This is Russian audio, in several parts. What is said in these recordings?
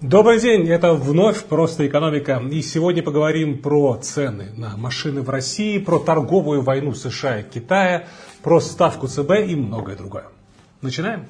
Добрый день, это вновь «Просто экономика». И сегодня поговорим про цены на машины в России, про торговую войну США и Китая, про ставку ЦБ и многое другое. Начинаем?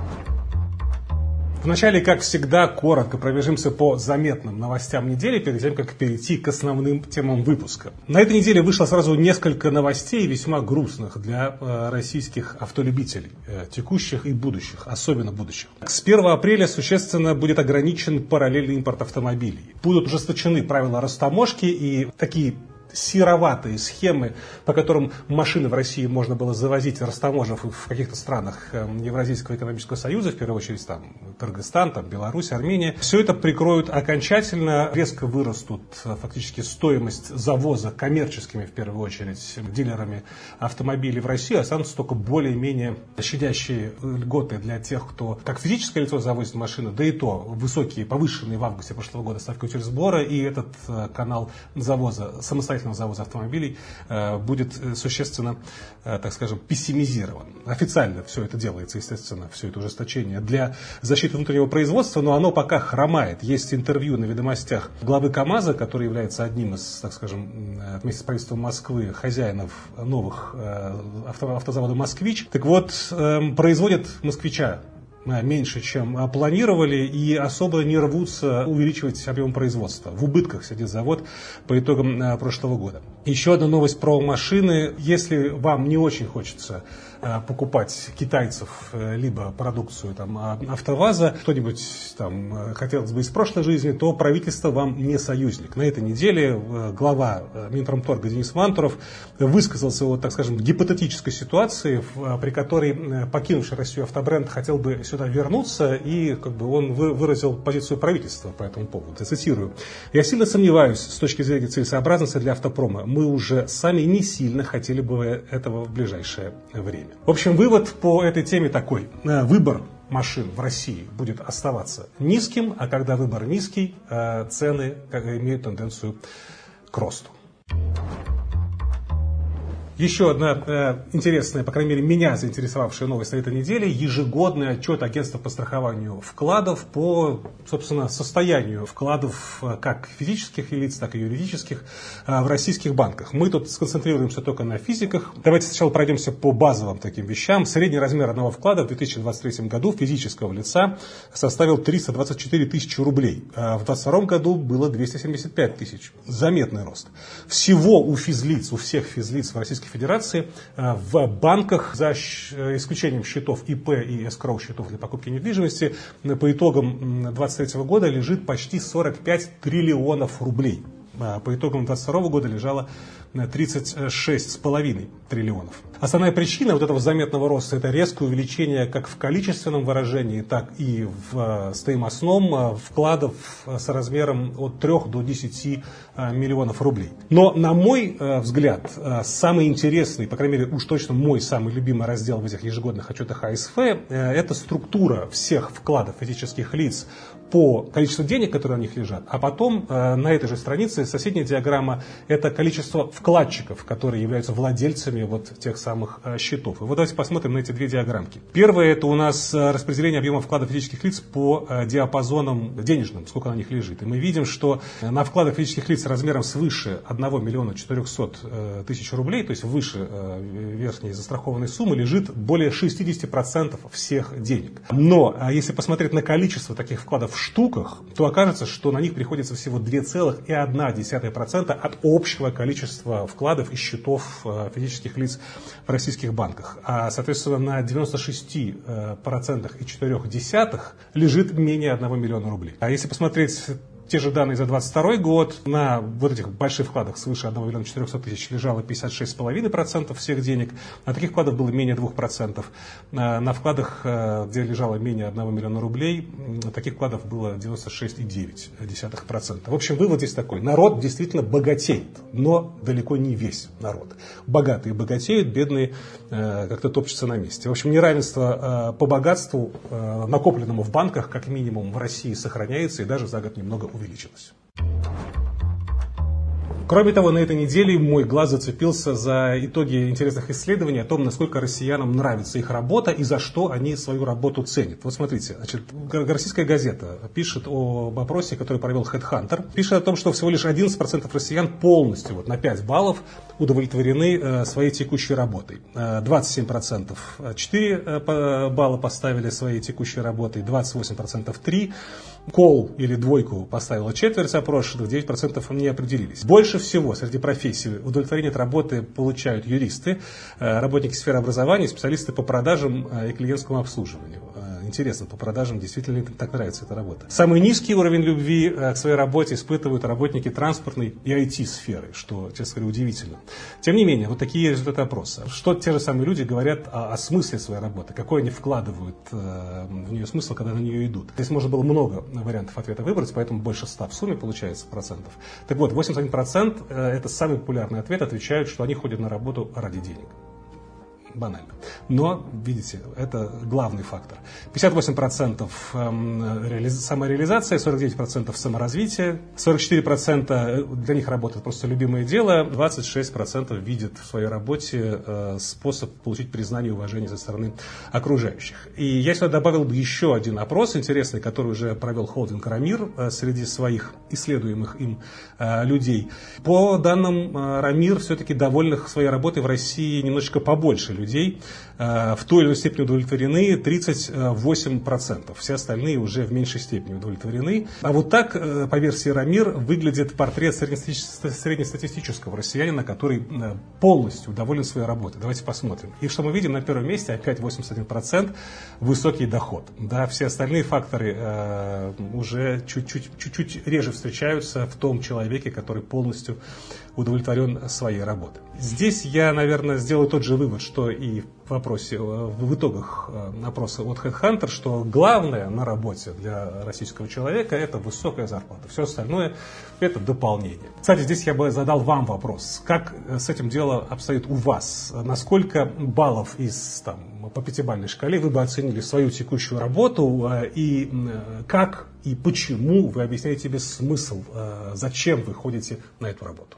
Вначале, как всегда, коротко пробежимся по заметным новостям недели, перед тем, как перейти к основным темам выпуска. На этой неделе вышло сразу несколько новостей, весьма грустных для российских автолюбителей, текущих и будущих, особенно будущих. С 1 апреля существенно будет ограничен параллельный импорт автомобилей. Будут ужесточены правила растаможки и такие сероватые схемы, по которым машины в России можно было завозить, растаможив в каких-то странах Евразийского экономического союза, в первую очередь там Кыргызстан, там, Беларусь, Армения. Все это прикроют окончательно, резко вырастут фактически стоимость завоза коммерческими, в первую очередь, дилерами автомобилей в Россию, останутся только более-менее щадящие льготы для тех, кто как физическое лицо завозит машины, да и то высокие, повышенные в августе прошлого года ставки утилизбора, и этот канал завоза, самостоятельного завоза автомобилей будет существенно, так скажем, пессимизирован. Официально все это делается, естественно, все это ужесточение для защиты внутреннего производства, но оно пока хромает. Есть интервью на «Ведомостях» главы КАМАЗа, который является одним из, так скажем, вместе с правительством Москвы хозяинов новых автозавода «Москвич». Так вот, производят «Москвича» меньше, чем планировали, и особо не рвутся увеличивать объем производства. В убытках сидит завод по итогам прошлого года. Еще одна новость про машины. Если вам не очень хочется покупать китайцев, либо продукцию там, АвтоВАЗа, что-нибудь там хотелось бы из прошлой жизни, то правительство вам не союзник. На этой неделе глава Минпромторга Денис Мантуров высказался о, так скажем, гипотетической ситуации, при которой покинувший Россию автобренд хотел бы сюда вернуться, и как бы он выразил позицию правительства по этому поводу. Я цитирую. «Я сильно сомневаюсь с точки зрения целесообразности для автопрома. Мы уже сами не сильно хотели бы этого в ближайшее время». В общем, вывод по этой теме такой. Выбор машин в России будет оставаться низким, а когда выбор низкий, цены имеют тенденцию к росту. Еще одна интересная, по крайней мере, меня заинтересовавшая новость на этой неделе. Ежегодный отчет агентства по страхованию вкладов по, собственно, состоянию вкладов как физических лиц, так и юридических в российских банках. Мы тут сконцентрируемся только на физиках. Давайте сначала пройдемся по базовым таким вещам. Средний размер одного вклада в 2023 году физического лица составил 324 тысячи рублей. В 2022 году было 275 тысяч. Заметный рост. Всего у физлиц, у всех физлиц в Российской Федерации в банках, за исключением счетов ИП и эскроу счетов для покупки недвижимости, по итогам 2023 года лежит почти 45 триллионов рублей. По итогам 2022 года лежало 36,5 триллионов. Основная причина вот этого заметного роста – это резкое увеличение как в количественном выражении, так и в стоимостном вкладов с размером от 3 до 10 миллионов рублей. Но, на мой взгляд, самый интересный, по крайней мере, уж точно мой самый любимый раздел в этих ежегодных отчетах АСФ – это структура всех вкладов физических лиц по количеству денег, которые на них лежат, а потом на этой же странице соседняя диаграмма – это количество вкладчиков, которые являются владельцами вот тех самых счетов. И вот давайте посмотрим на эти две диаграммки. Первое – это у нас распределение объема вкладов физических лиц по диапазонам денежным, сколько на них лежит. И мы видим, что на вкладах физических лиц размером свыше 1 миллиона 400 тысяч рублей, то есть выше верхней застрахованной суммы, лежит более 60% всех денег. Но если посмотреть на количество таких вкладов в штуках, то окажется, что на них приходится всего 2,1% от общего количества вкладов и счетов физических лиц в российских банках. А, соответственно, на 96,4% лежит менее 1 миллиона рублей. А если посмотреть те же данные за 2022 год, на вот этих больших вкладах свыше 1 миллиона 400 тысяч лежало 56,5% всех денег, на таких вкладов было менее 2%, на вкладах, где лежало менее 1 миллиона рублей, таких вкладов было 96,9%. В общем, вывод здесь такой: народ действительно богатеет, но далеко не весь народ. Богатые богатеют, бедные как-то топчутся на месте. В общем, неравенство по богатству, накопленному в банках, как минимум в России, сохраняется и даже за год немного увеличилось. Кроме того, на этой неделе мой глаз зацепился за итоги интересных исследований о том, насколько россиянам нравится их работа и за что они свою работу ценят. Вот смотрите, значит, российская газета пишет об опросе, который провел HeadHunter. Пишет о том, что всего лишь 11% россиян полностью, вот на 5 баллов, удовлетворены своей текущей работой. 27% 4 балла поставили своей текущей работой, 28% 3. Кол или двойку поставила четверть опрошенных, 9% не определились. Больше всего среди профессий удовлетворение от работы получают юристы, работники сферы образования, специалисты по продажам и клиентскому обслуживанию. Интересно, по продажам действительно им так нравится эта работа. Самый низкий уровень любви к своей работе испытывают работники транспортной и IT-сферы, что, честно говоря, удивительно. Тем не менее, вот такие результаты опроса. Что те же самые люди говорят о смысле своей работы, какой они вкладывают в нее смысл, когда на нее идут. Здесь можно было много вариантов ответа выбрать, поэтому больше 100 в сумме получается процентов. Так вот, 81% это самый популярный ответ, отвечают, что они ходят на работу ради денег. Банально. Но, видите, это главный фактор. 58% самореализация, 49% саморазвитие, 44% для них работа это просто любимое дело, 26% видят в своей работе способ получить признание и уважение со стороны окружающих. И я сюда добавил бы еще один опрос интересный, который уже провел холдинг Рамир среди своих исследуемых им людей. По данным Рамир, все-таки довольных своей работой в России немножечко побольше людей, в той или иной степени удовлетворены 38%. Все остальные уже в меньшей степени удовлетворены. А вот так, по версии Рамир, выглядит портрет среднестатистического россиянина, который полностью доволен своей работой. Давайте посмотрим. И что мы видим на первом месте, опять 81%, высокий доход. Да, все остальные факторы уже чуть-чуть реже встречаются в том человеке, который полностью удовлетворен своей работой. Здесь я, наверное, сделаю тот же вывод, что и в итогах опроса от HeadHunter, что главное на работе для российского человека – это высокая зарплата. Все остальное – это дополнение. Кстати, здесь я бы задал вам вопрос. Как с этим дело обстоит у вас? На баллов по пятибалльной шкале вы бы оценили свою текущую работу? И как и почему вы объясняете себе смысл? Зачем вы ходите на эту работу?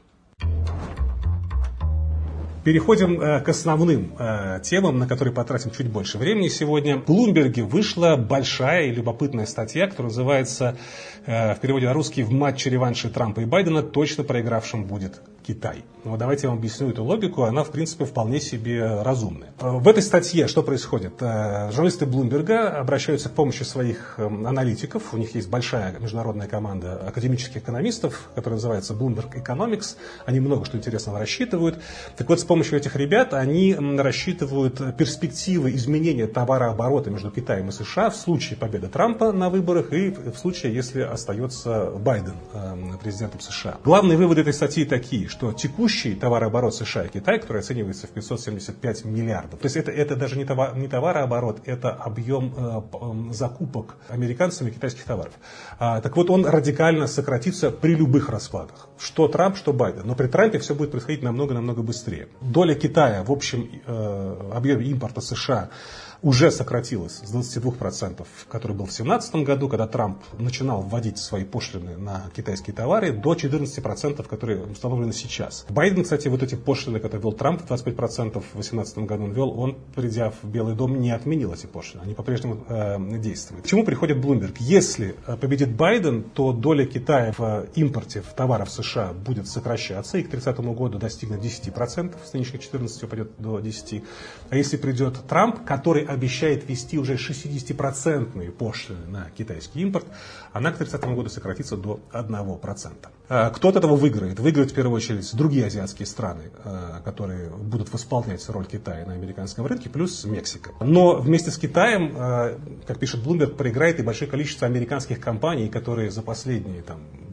Переходим к основным темам, на которые потратим чуть больше времени сегодня. В Bloomberg вышла большая и любопытная статья, которая называется в переводе на русский «В матче-реванше Трампа и Байдена точно проигравшим будет Китай». Но давайте я вам объясню эту логику, она в принципе вполне себе разумная. В этой статье что происходит? Журналисты Bloomberg обращаются к помощи своих аналитиков, у них есть большая международная команда академических экономистов, которая называется Bloomberg Economics, они много что интересного рассчитывают. Так вот, с помощью этих ребят они рассчитывают перспективы изменения товарооборота между Китаем и США в случае победы Трампа на выборах и в случае, если остается Байден президентом США. Главные выводы этой статьи такие, что текущий товарооборот США и Китая, который оценивается в 575 миллиардов, то есть это даже не товарооборот, это объем закупок американцами китайских товаров. Так вот, он радикально сократится при любых раскладах. Что Трамп, что Байден. Но при Трампе все будет происходить намного быстрее. Доля Китая в общем объеме импорта США уже сократилась с 22%, который был в 2017 году, когда Трамп начинал вводить свои пошлины на китайские товары, до 14%, которые установлены сейчас. Байден, кстати, вот эти пошлины, которые ввел Трамп, 25% в 2018 году он ввел, он, придя в Белый дом, не отменил эти пошлины, они по-прежнему действуют. К чему приходит Bloomberg? Если победит Байден, то доля Китая в импорте товаров США будет сокращаться и к 30 году достигнет 10%, с нынешних 14 упадет до 10%. А если придет Трамп, который обещает ввести уже 60% пошлины на китайский импорт, она к 30 году сократится до 1%. Кто от этого выиграет? Выиграют в первую очередь другие азиатские страны, которые будут восполнять роль Китая на американском рынке, плюс Мексика. Но вместе с Китаем, как пишет Bloomberg, проиграет и большое количество американских компаний, которые за последние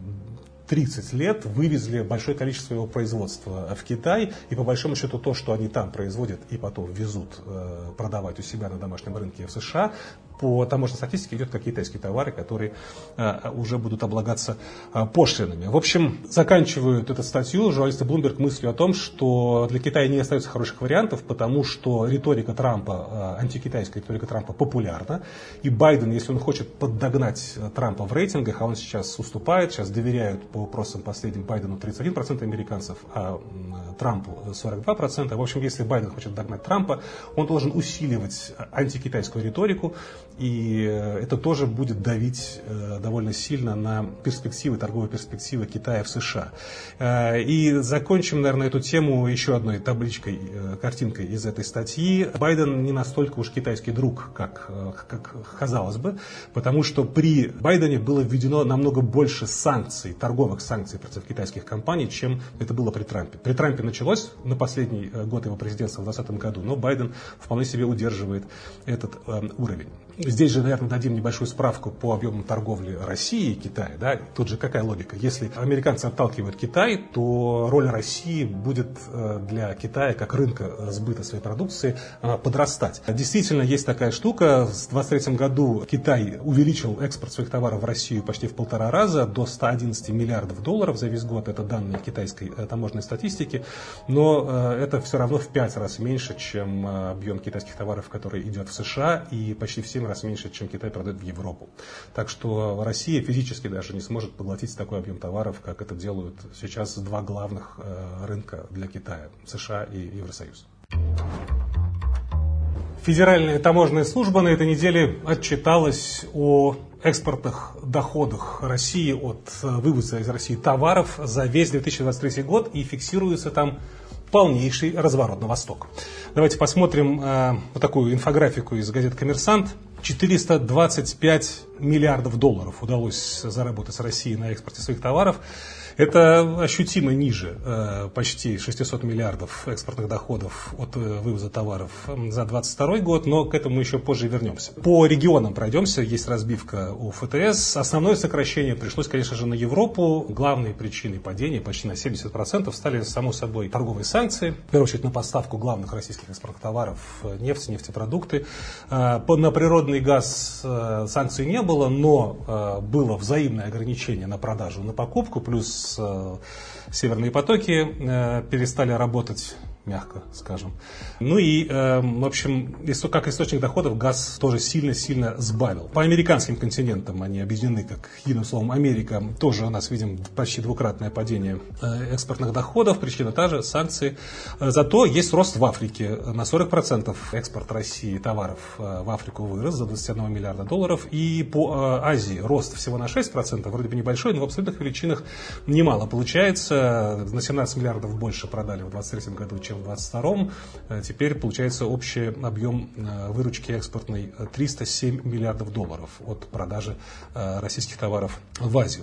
30 лет вывезли большое количество своего производства в Китай, и по большому счету то, что они там производят и потом везут продавать у себя на домашнем рынке в США, по таможенной статистике идет как китайские товары, которые уже будут облагаться пошлинами. В общем, заканчивают эту статью журналисты Bloomberg мыслью о том, что для Китая не остается хороших вариантов, потому что риторика Трампа, антикитайская риторика Трампа популярна, и Байден, если он хочет поддогнать Трампа в рейтингах, а он сейчас уступает, сейчас доверяют по вопросам последним Байдену 31% американцев, а Трампу 42%. В общем, если Байден хочет догнать Трампа, он должен усиливать антикитайскую риторику, и это тоже будет давить довольно сильно на перспективы, торговые перспективы Китая в США. И закончим, наверное, эту тему еще одной табличкой, картинкой из этой статьи. Байден не настолько уж китайский друг, как казалось бы, потому что при Байдене было введено намного больше санкций, торговых санкций против китайских компаний, чем это было при Трампе. При Трампе началось на последний год его президентства в 2020 году, но Байден вполне себе удерживает этот уровень. Здесь же, наверное, дадим небольшую справку по объемам торговли России и Китая. Да? Тут же какая логика? Если американцы отталкивают Китай, то роль России будет для Китая, как рынка сбыта своей продукции, подрастать. Действительно, есть такая штука. В 2023 году Китай увеличил экспорт своих товаров в Россию почти в 1,5 раза, до 111 миллиардов долларов за весь год. Это данные китайской таможенной статистики. Но это все равно в 5 раз меньше, чем объем китайских товаров, который идет в США, и почти в 7 раз меньше, чем Китай продает в Европу. Так что Россия физически даже не сможет поглотить такой объем товаров, как это делают сейчас два главных рынка для Китая – США и Евросоюз. Федеральная таможенная служба на этой неделе отчиталась о экспортных доходах России от вывоза из России товаров за весь 2023 год, и фиксируется там полнейший разворот на восток. Давайте посмотрим вот такую инфографику из газеты «Коммерсант». 425 миллиардов долларов удалось заработать с Россией на экспорте своих товаров. Это ощутимо ниже почти 600 миллиардов экспортных доходов от вывоза товаров за 2022 год, но к этому еще позже вернемся. По регионам пройдемся, есть разбивка у ФТС. Основное сокращение пришлось, конечно же, на Европу. Главной причиной падения почти на 70% стали, само собой, торговые санкции. В первую очередь на поставку главных российских экспортных товаров – нефть, нефтепродукты. На природный газ санкций не было, но было взаимное ограничение на продажу, на покупку, плюс северные потоки перестали работать, мягко скажем. Ну и, в общем, как источник доходов газ тоже сильно-сильно сбавил. По американским континентам они объединены как единым словом Америка. Тоже у нас видим почти двукратное падение экспортных доходов. Причина та же – санкции. Зато есть рост в Африке. На 40% экспорт России товаров в Африку вырос за 21 миллиарда долларов. И по Азии рост всего на 6%. Вроде бы небольшой, но в абсолютных величинах немало получается. На 17 миллиардов больше продали в 2023 году, чем в 2022. Теперь получается общий объем выручки экспортной 307 миллиардов долларов от продажи российских товаров в Азию.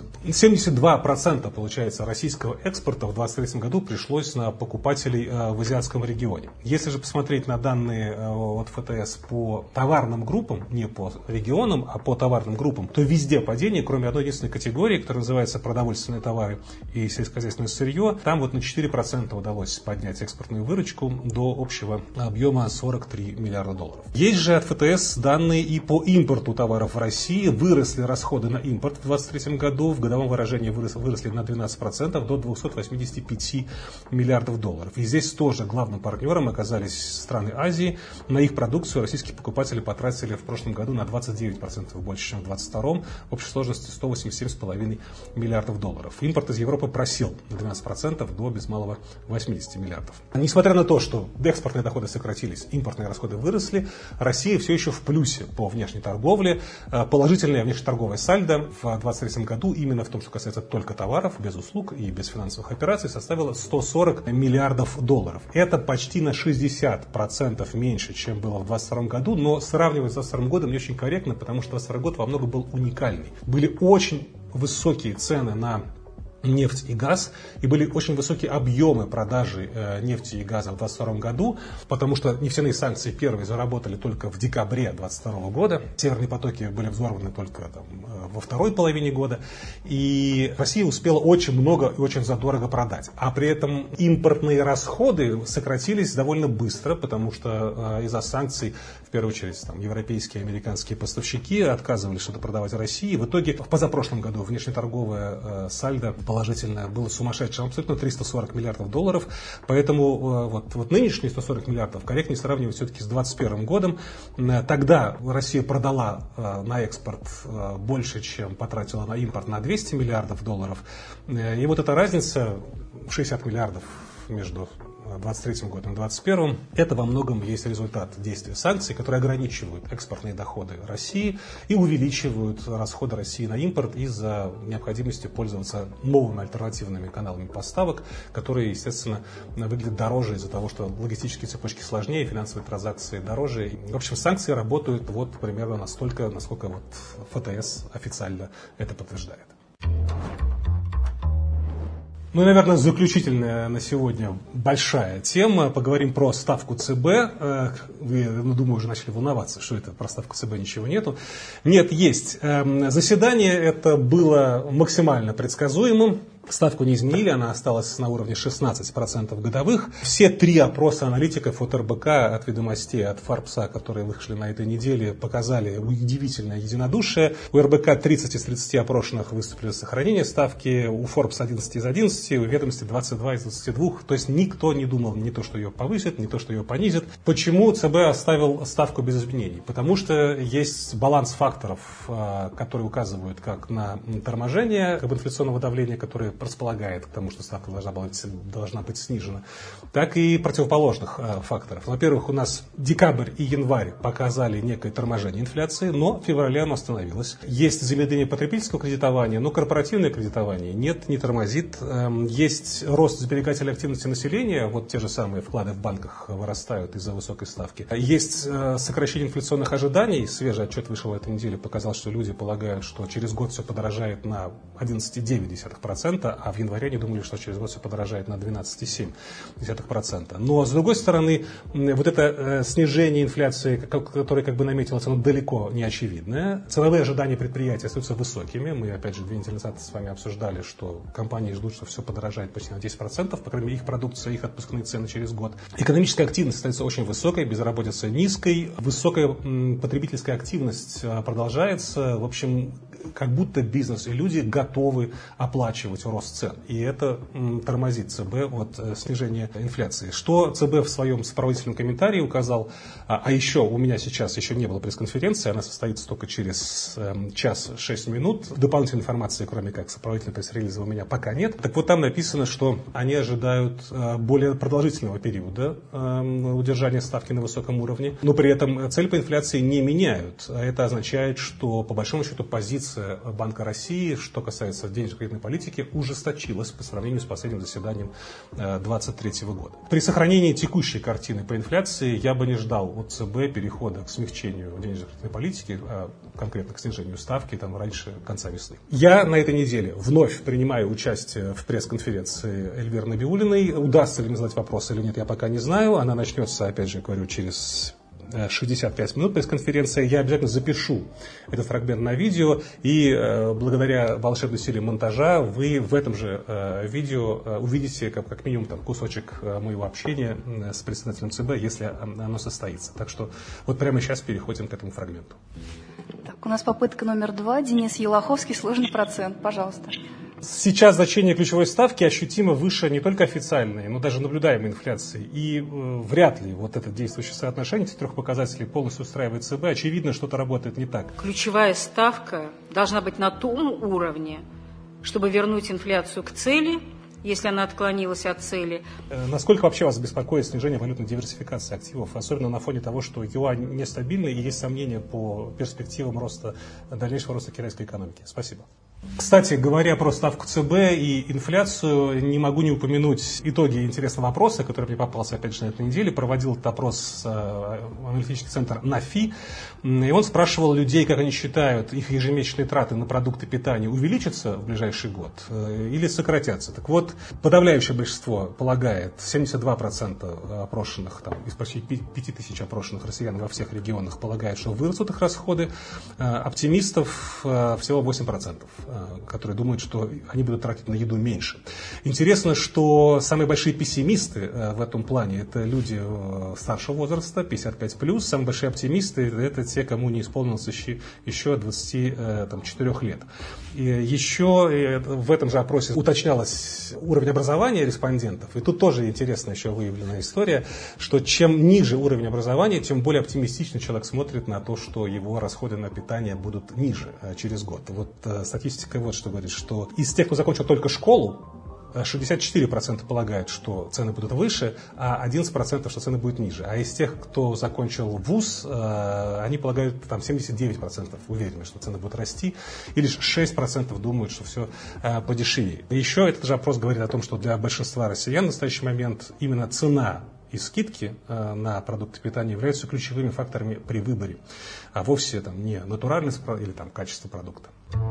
72% получается российского экспорта в 2023 году пришлось на покупателей в азиатском регионе. Если же посмотреть на данные от ФТС по товарным группам, не по регионам, а по товарным группам, то везде падение, кроме одной единственной категории, которая называется продовольственные товары и сельскохозяйственное сырье. Там вот на 4% удалось поднять экспортную выручку до общего объема 43 миллиарда долларов. Есть же от ФТС данные и по импорту товаров в России. Выросли расходы на импорт в 2023 году. В годовом выражении выросли на 12% до 285 миллиардов долларов. И здесь тоже главным партнером оказались страны Азии. На их продукцию российские покупатели потратили в прошлом году на 29% больше, чем в 2022. В общей сложности 187,5 миллиардов долларов. Импорт из Европы просел на 12% до без малого 80 миллиардов. Несмотря на то, что экспортные доходы сократились, импортные расходы выросли, Россия все еще в плюсе по внешней торговле. Положительное внешнеторговое сальдо в 2023 году именно в том, что касается только товаров, без услуг и без финансовых операций, составило 140 миллиардов долларов. Это почти на 60% меньше, чем было в 2022 году, но сравнивать с 2022 годом не очень корректно, потому что 2022 год во многом был уникальный. Были очень высокие цены на нефть и газ, и были очень высокие объемы продажи нефти и газа в 2022 году, потому что нефтяные санкции первые заработали только в декабре 2022 года, северные потоки были взорваны только во второй половине года, и Россия успела очень много и очень задорого продать. А при этом импортные расходы сократились довольно быстро, потому что из-за санкций, в первую очередь, европейские и американские поставщики отказывались что-то продавать России. В итоге в позапрошлом году внешнеторговое сальдо положительное было сумасшедшим, абсолютно $340 миллиардов. Поэтому вот нынешние 140 миллиардов корректнее сравнивать все-таки с 2021 годом. Тогда Россия продала на экспорт больше, чем потратила на импорт, на $200 миллиардов. И вот эта разница в 60 миллиардов между 2023 годом и 2021, это во многом есть результат действия санкций, которые ограничивают экспортные доходы России и увеличивают расходы России на импорт из-за необходимости пользоваться новыми альтернативными каналами поставок, которые, естественно, выглядят дороже из-за того, что логистические цепочки сложнее, финансовые транзакции дороже. В общем, санкции работают примерно настолько, насколько ФТС официально это подтверждает. Ну и, наверное, заключительная на сегодня большая тема. Поговорим про ставку ЦБ. Вы, думаю, уже начали волноваться, что это про ставку ЦБ ничего нету. Нет, есть. Заседание это было максимально предсказуемым. Ставку не изменили, она осталась на уровне 16% годовых. Все три опроса аналитиков от РБК, от Ведомостей, от Фарбса, которые вышли на этой неделе, показали удивительное единодушие. У РБК 30 из 30 опрошенных выступили за сохранение ставки, у Форбс 11 из 11, у Ведомости 22 из 22. То есть никто не думал ни то, что ее повысит, ни то, что ее понизит. Почему ЦБ оставил ставку без изменений? Потому что есть баланс факторов, которые указывают как на торможение инфляционного давления, которое располагает к тому, что ставка должна быть снижена, так и противоположных факторов. Во-первых, у нас декабрь и январь показали некое торможение инфляции, но в феврале оно остановилось. Есть замедление потребительского кредитования, но корпоративное кредитование нет, не тормозит. Есть рост сберегательной активности населения, те же самые вклады в банках вырастают из-за высокой ставки. Есть сокращение инфляционных ожиданий. Свежий отчет вышел в этой неделе, показал, что люди полагают, что через год все подорожает на 11,9%, а в январе они думали, что через год все подорожает на 12,7%. Но, с другой стороны, это снижение инфляции, которое наметилось, оно далеко не очевидное. Ценовые ожидания предприятий остаются высокими. Мы, опять же, 2 недели назад с вами обсуждали, что компании ждут, что все подорожает почти на 10%, по крайней мере, их продукция, их отпускные цены через год. Экономическая активность остается очень высокой, безработица низкой, высокая потребительская активность продолжается. В общем, как будто бизнес и люди готовы оплачивать рост цен. И это тормозит ЦБ от снижения инфляции. Что ЦБ в своем сопроводительном комментарии указал, а еще у меня сейчас еще не было пресс-конференции, она состоится только через час 6 минут. Дополнительной информации, кроме как сопроводительного пресс-релиза, у меня пока нет. Так вот, там написано, что они ожидают более продолжительного периода удержания ставки на высоком уровне, но при этом цель по инфляции не меняют. Это означает, что по большому счету позиция Банка России, что касается денежно-кредитной политики, ужесточилась по сравнению с последним заседанием 2023 года. При сохранении текущей картины по инфляции я бы не ждал от ЦБ перехода к смягчению денежно-кредитной политики, конкретно к снижению ставки раньше конца весны. Я на этой неделе вновь принимаю участие в пресс-конференции Эльвиры Набиуллиной. Удастся ли мне задать вопрос или нет, я пока не знаю. Она начнется, опять же, говорю, через 65 минут пресс-конференции. Я обязательно запишу этот фрагмент на видео, и благодаря волшебной силе монтажа вы в этом же видео увидите как минимум кусочек моего общения с председателем ЦБ, если оно состоится. Так что прямо сейчас переходим к этому фрагменту. Так, у нас попытка номер 2. Денис Елоховский, сложный процент. Пожалуйста. Сейчас значение ключевой ставки ощутимо выше не только официальной, но даже наблюдаемой инфляции. И вряд ли это действующее соотношение этих трех показателей полностью устраивает ЦБ. Очевидно, что-то работает не так. Ключевая ставка должна быть на том уровне, чтобы вернуть инфляцию к цели, если она отклонилась от цели. Насколько вообще вас беспокоит снижение валютной диверсификации активов, особенно на фоне того, что юань нестабильный и есть сомнения по перспективам дальнейшего роста китайской экономики? Спасибо. Кстати, говоря про ставку ЦБ и инфляцию, не могу не упомянуть итоги интересного опроса, который мне попался, опять же, на этой неделе. Проводил этот опрос аналитический центр НАФИ. И он спрашивал людей, как они считают, их ежемесячные траты на продукты питания увеличатся в ближайший год или сократятся. Так вот, подавляющее большинство полагает, 72% опрошенных, из почти 5000 опрошенных россиян во всех регионах полагают, что вырастут их расходы. Оптимистов всего 8%. Которые думают, что они будут тратить на еду меньше. Интересно, что самые большие пессимисты в этом плане – это люди старшего возраста, 55+. Самые большие оптимисты – это те, кому не исполнилось еще 24 лет. И еще в этом же опросе уточнялось уровень образования респондентов. И тут тоже интересная еще выявленная история, что чем ниже уровень образования, тем более оптимистично человек смотрит на то, что его расходы на питание будут ниже через год. Вот статистика вот что говорит, что из тех, кто закончил только школу, 64% полагают, что цены будут выше, а 11%, что цены будут ниже. А из тех, кто закончил вуз, они полагают, 79% уверены, что цены будут расти, и лишь 6% думают, что все подешевеет. Еще этот же опрос говорит о том, что для большинства россиян в настоящий момент именно цена и скидки на продукты питания являются ключевыми факторами при выборе, а вовсе не натуральность или качество продукта.